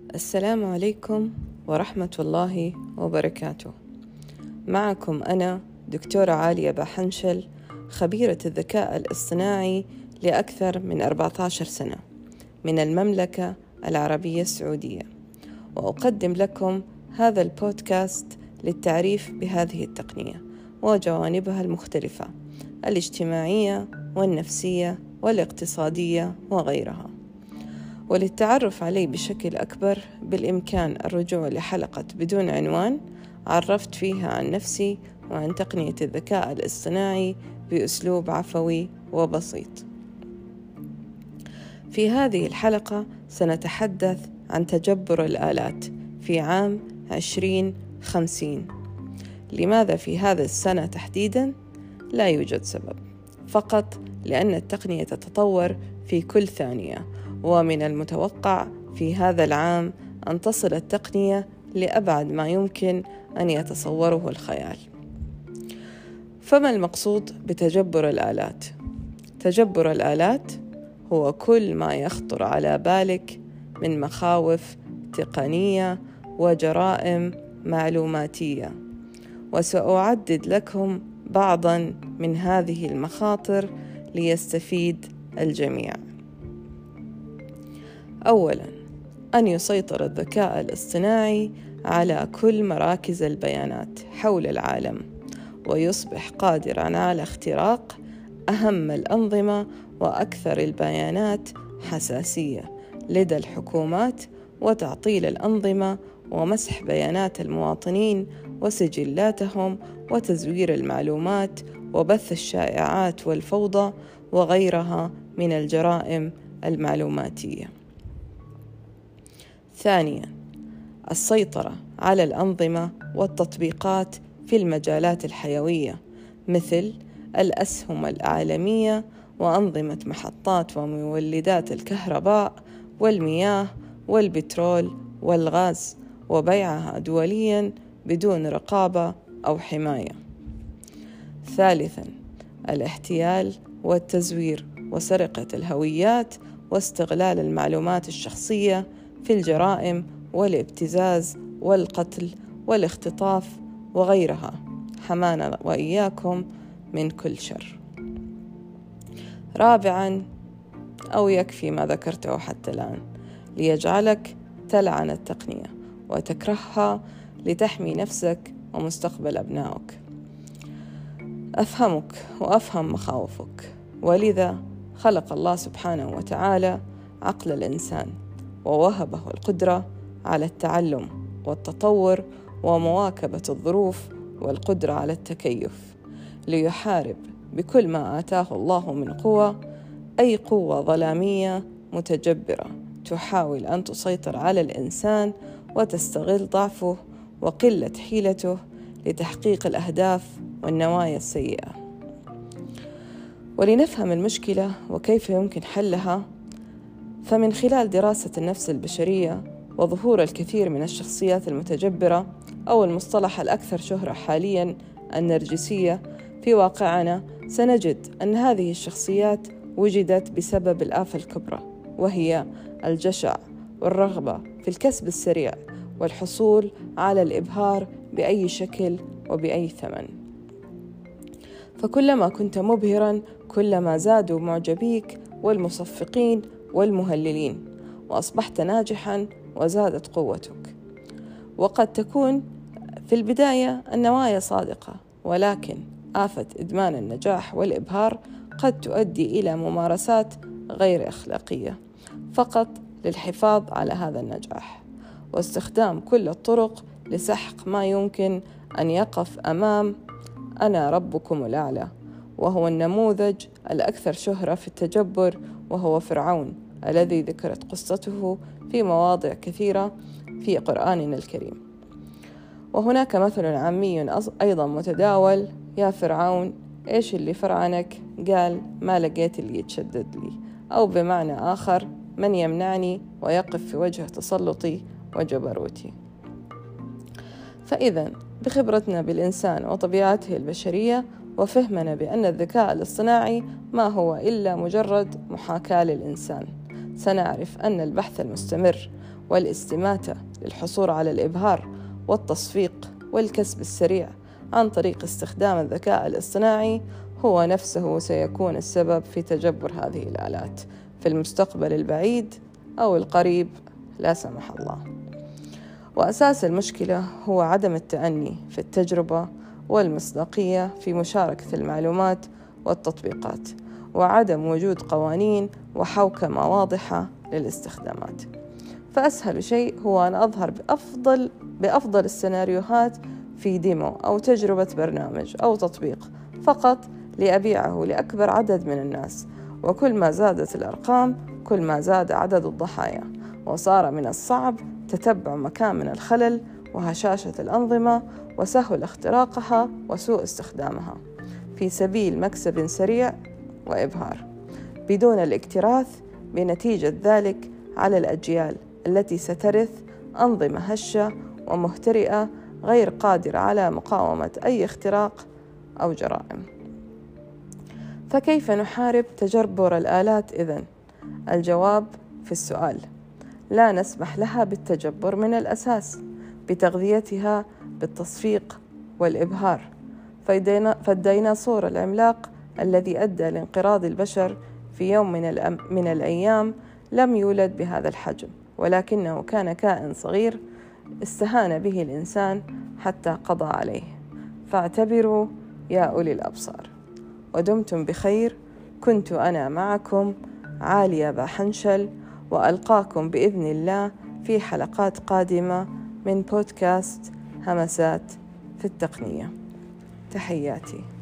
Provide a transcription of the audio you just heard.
السلام عليكم ورحمة الله وبركاته. معكم أنا دكتورة عالية بحنشل، خبيرة الذكاء الاصطناعي لأكثر من 14 سنة من المملكة العربية السعودية، وأقدم لكم هذا البودكاست للتعريف بهذه التقنية وجوانبها المختلفة الاجتماعية والنفسية والاقتصادية وغيرها. وللتعرف عليه بشكل أكبر بالإمكان الرجوع لحلقة بدون عنوان عرفت فيها عن نفسي وعن تقنية الذكاء الاصطناعي بأسلوب عفوي وبسيط. في هذه الحلقة سنتحدث عن تجبر الآلات في عام 2050. لماذا في هذا السنة تحديداً؟ لا يوجد سبب، فقط لأن التقنية تتطور في كل ثانية، ومن المتوقع في هذا العام أن تصل التقنية لأبعد ما يمكن أن يتصوره الخيال. فما المقصود بتجبر الآلات؟ تجبر الآلات هو كل ما يخطر على بالك من مخاوف تقنية وجرائم معلوماتية، وسأعدد لكم بعضاً من هذه المخاطر ليستفيد الجميع. أولاً، أن يسيطر الذكاء الاصطناعي على كل مراكز البيانات حول العالم، ويصبح قادراً على اختراق أهم الأنظمة وأكثر البيانات حساسية لدى الحكومات، وتعطيل الأنظمة ومسح بيانات المواطنين وسجلاتهم، وتزوير المعلومات وبث الشائعات والفوضى وغيرها من الجرائم المعلوماتية. ثانياً، السيطرة على الأنظمة والتطبيقات في المجالات الحيوية مثل الأسهم العالمية وأنظمة محطات ومولدات الكهرباء والمياه والبترول والغاز، وبيعها دولياً بدون رقابة أو حماية. ثالثاً، الاحتيال والتزوير وسرقة الهويات واستغلال المعلومات الشخصية في الجرائم والابتزاز والقتل والاختطاف وغيرها، حمانا وإياكم من كل شر. رابعاً، أو يكفي ما ذكرته حتى الآن ليجعلك تلعن التقنية وتكرهها لتحمي نفسك ومستقبل أبنائك. أفهمك وأفهم مخاوفك، ولذا خلق الله سبحانه وتعالى عقل الإنسان ووهبه القدرة على التعلم والتطور ومواكبة الظروف والقدرة على التكيف، ليحارب بكل ما آتاه الله من قوة أي قوة ظلامية متجبرة تحاول أن تسيطر على الإنسان وتستغل ضعفه وقلة حيلته لتحقيق الأهداف والنوايا السيئة. ولنفهم المشكلة وكيف يمكن حلها، فمن خلال دراسة النفس البشرية وظهور الكثير من الشخصيات المتجبرة، أو المصطلح الأكثر شهرة حالياً النرجسية، في واقعنا سنجد أن هذه الشخصيات وجدت بسبب الآفة الكبرى، وهي الجشع والرغبة في الكسب السريع والحصول على الإبهار بأي شكل وبأي ثمن. فكلما كنت مبهراً كلما زادوا معجبيك والمصفقين والمهللين، وأصبحت ناجحاً وزادت قوتك. وقد تكون في البداية النوايا صادقة، ولكن آفة إدمان النجاح والإبهار قد تؤدي إلى ممارسات غير أخلاقية فقط للحفاظ على هذا النجاح، واستخدام كل الطرق لسحق ما يمكن أن يقف أمام أنا ربكم الأعلى، وهو النموذج الأكثر شهرة في التجبر، وهو فرعون الذي ذكرت قصته في مواضع كثيرة في قرآننا الكريم. وهناك مثل عامي أيضا متداول: يا فرعون إيش اللي فرعنك؟ قال ما لقيت اللي يتشدد لي، أو بمعنى آخر من يمنعني ويقف في وجه تسلطي وجبروتي. فإذا بخبرتنا بالإنسان وطبيعته البشرية وفهمنا بأن الذكاء الاصطناعي ما هو إلا مجرد محاكاة للإنسان، سنعرف أن البحث المستمر والاستماتة للحصول على الإبهار والتصفيق والكسب السريع عن طريق استخدام الذكاء الاصطناعي هو نفسه سيكون السبب في تجبر هذه الآلات في المستقبل البعيد أو القريب لا سمح الله. وأساس المشكلة هو عدم التأني في التجربة والمصداقية في مشاركة المعلومات والتطبيقات، وعدم وجود قوانين وحوكمة واضحة للاستخدامات. فأسهل شيء هو أن أظهر بأفضل السيناريوهات في ديمو أو تجربة برنامج أو تطبيق فقط لأبيعه لأكبر عدد من الناس، وكل ما زادت الأرقام كل ما زاد عدد الضحايا، وصار من الصعب تتبع مكامن الخلل وهشاشة الأنظمة وسهل اختراقها وسوء استخدامها في سبيل مكسب سريع وإبهار بدون الاكتراث بنتيجة ذلك على الأجيال التي سترث أنظمة هشة ومهترئة غير قادرة على مقاومة أي اختراق أو جرائم. فكيف نحارب تجبر الآلات إذن؟ الجواب في السؤال: لا نسمح لها بالتجبر من الأساس بتغذيتها بالتصفيق والإبهار. فالديناصور العملاق الذي أدى لانقراض البشر في يوم من الأيام لم يولد بهذا الحجم، ولكنه كان كائن صغير استهان به الإنسان حتى قضى عليه. فاعتبروا يا أولي الأبصار. ودمتم بخير. كنت أنا معكم عالية باحنشل، وألقاكم بإذن الله في حلقات قادمة من بودكاست همسات في التقنية. تحياتي.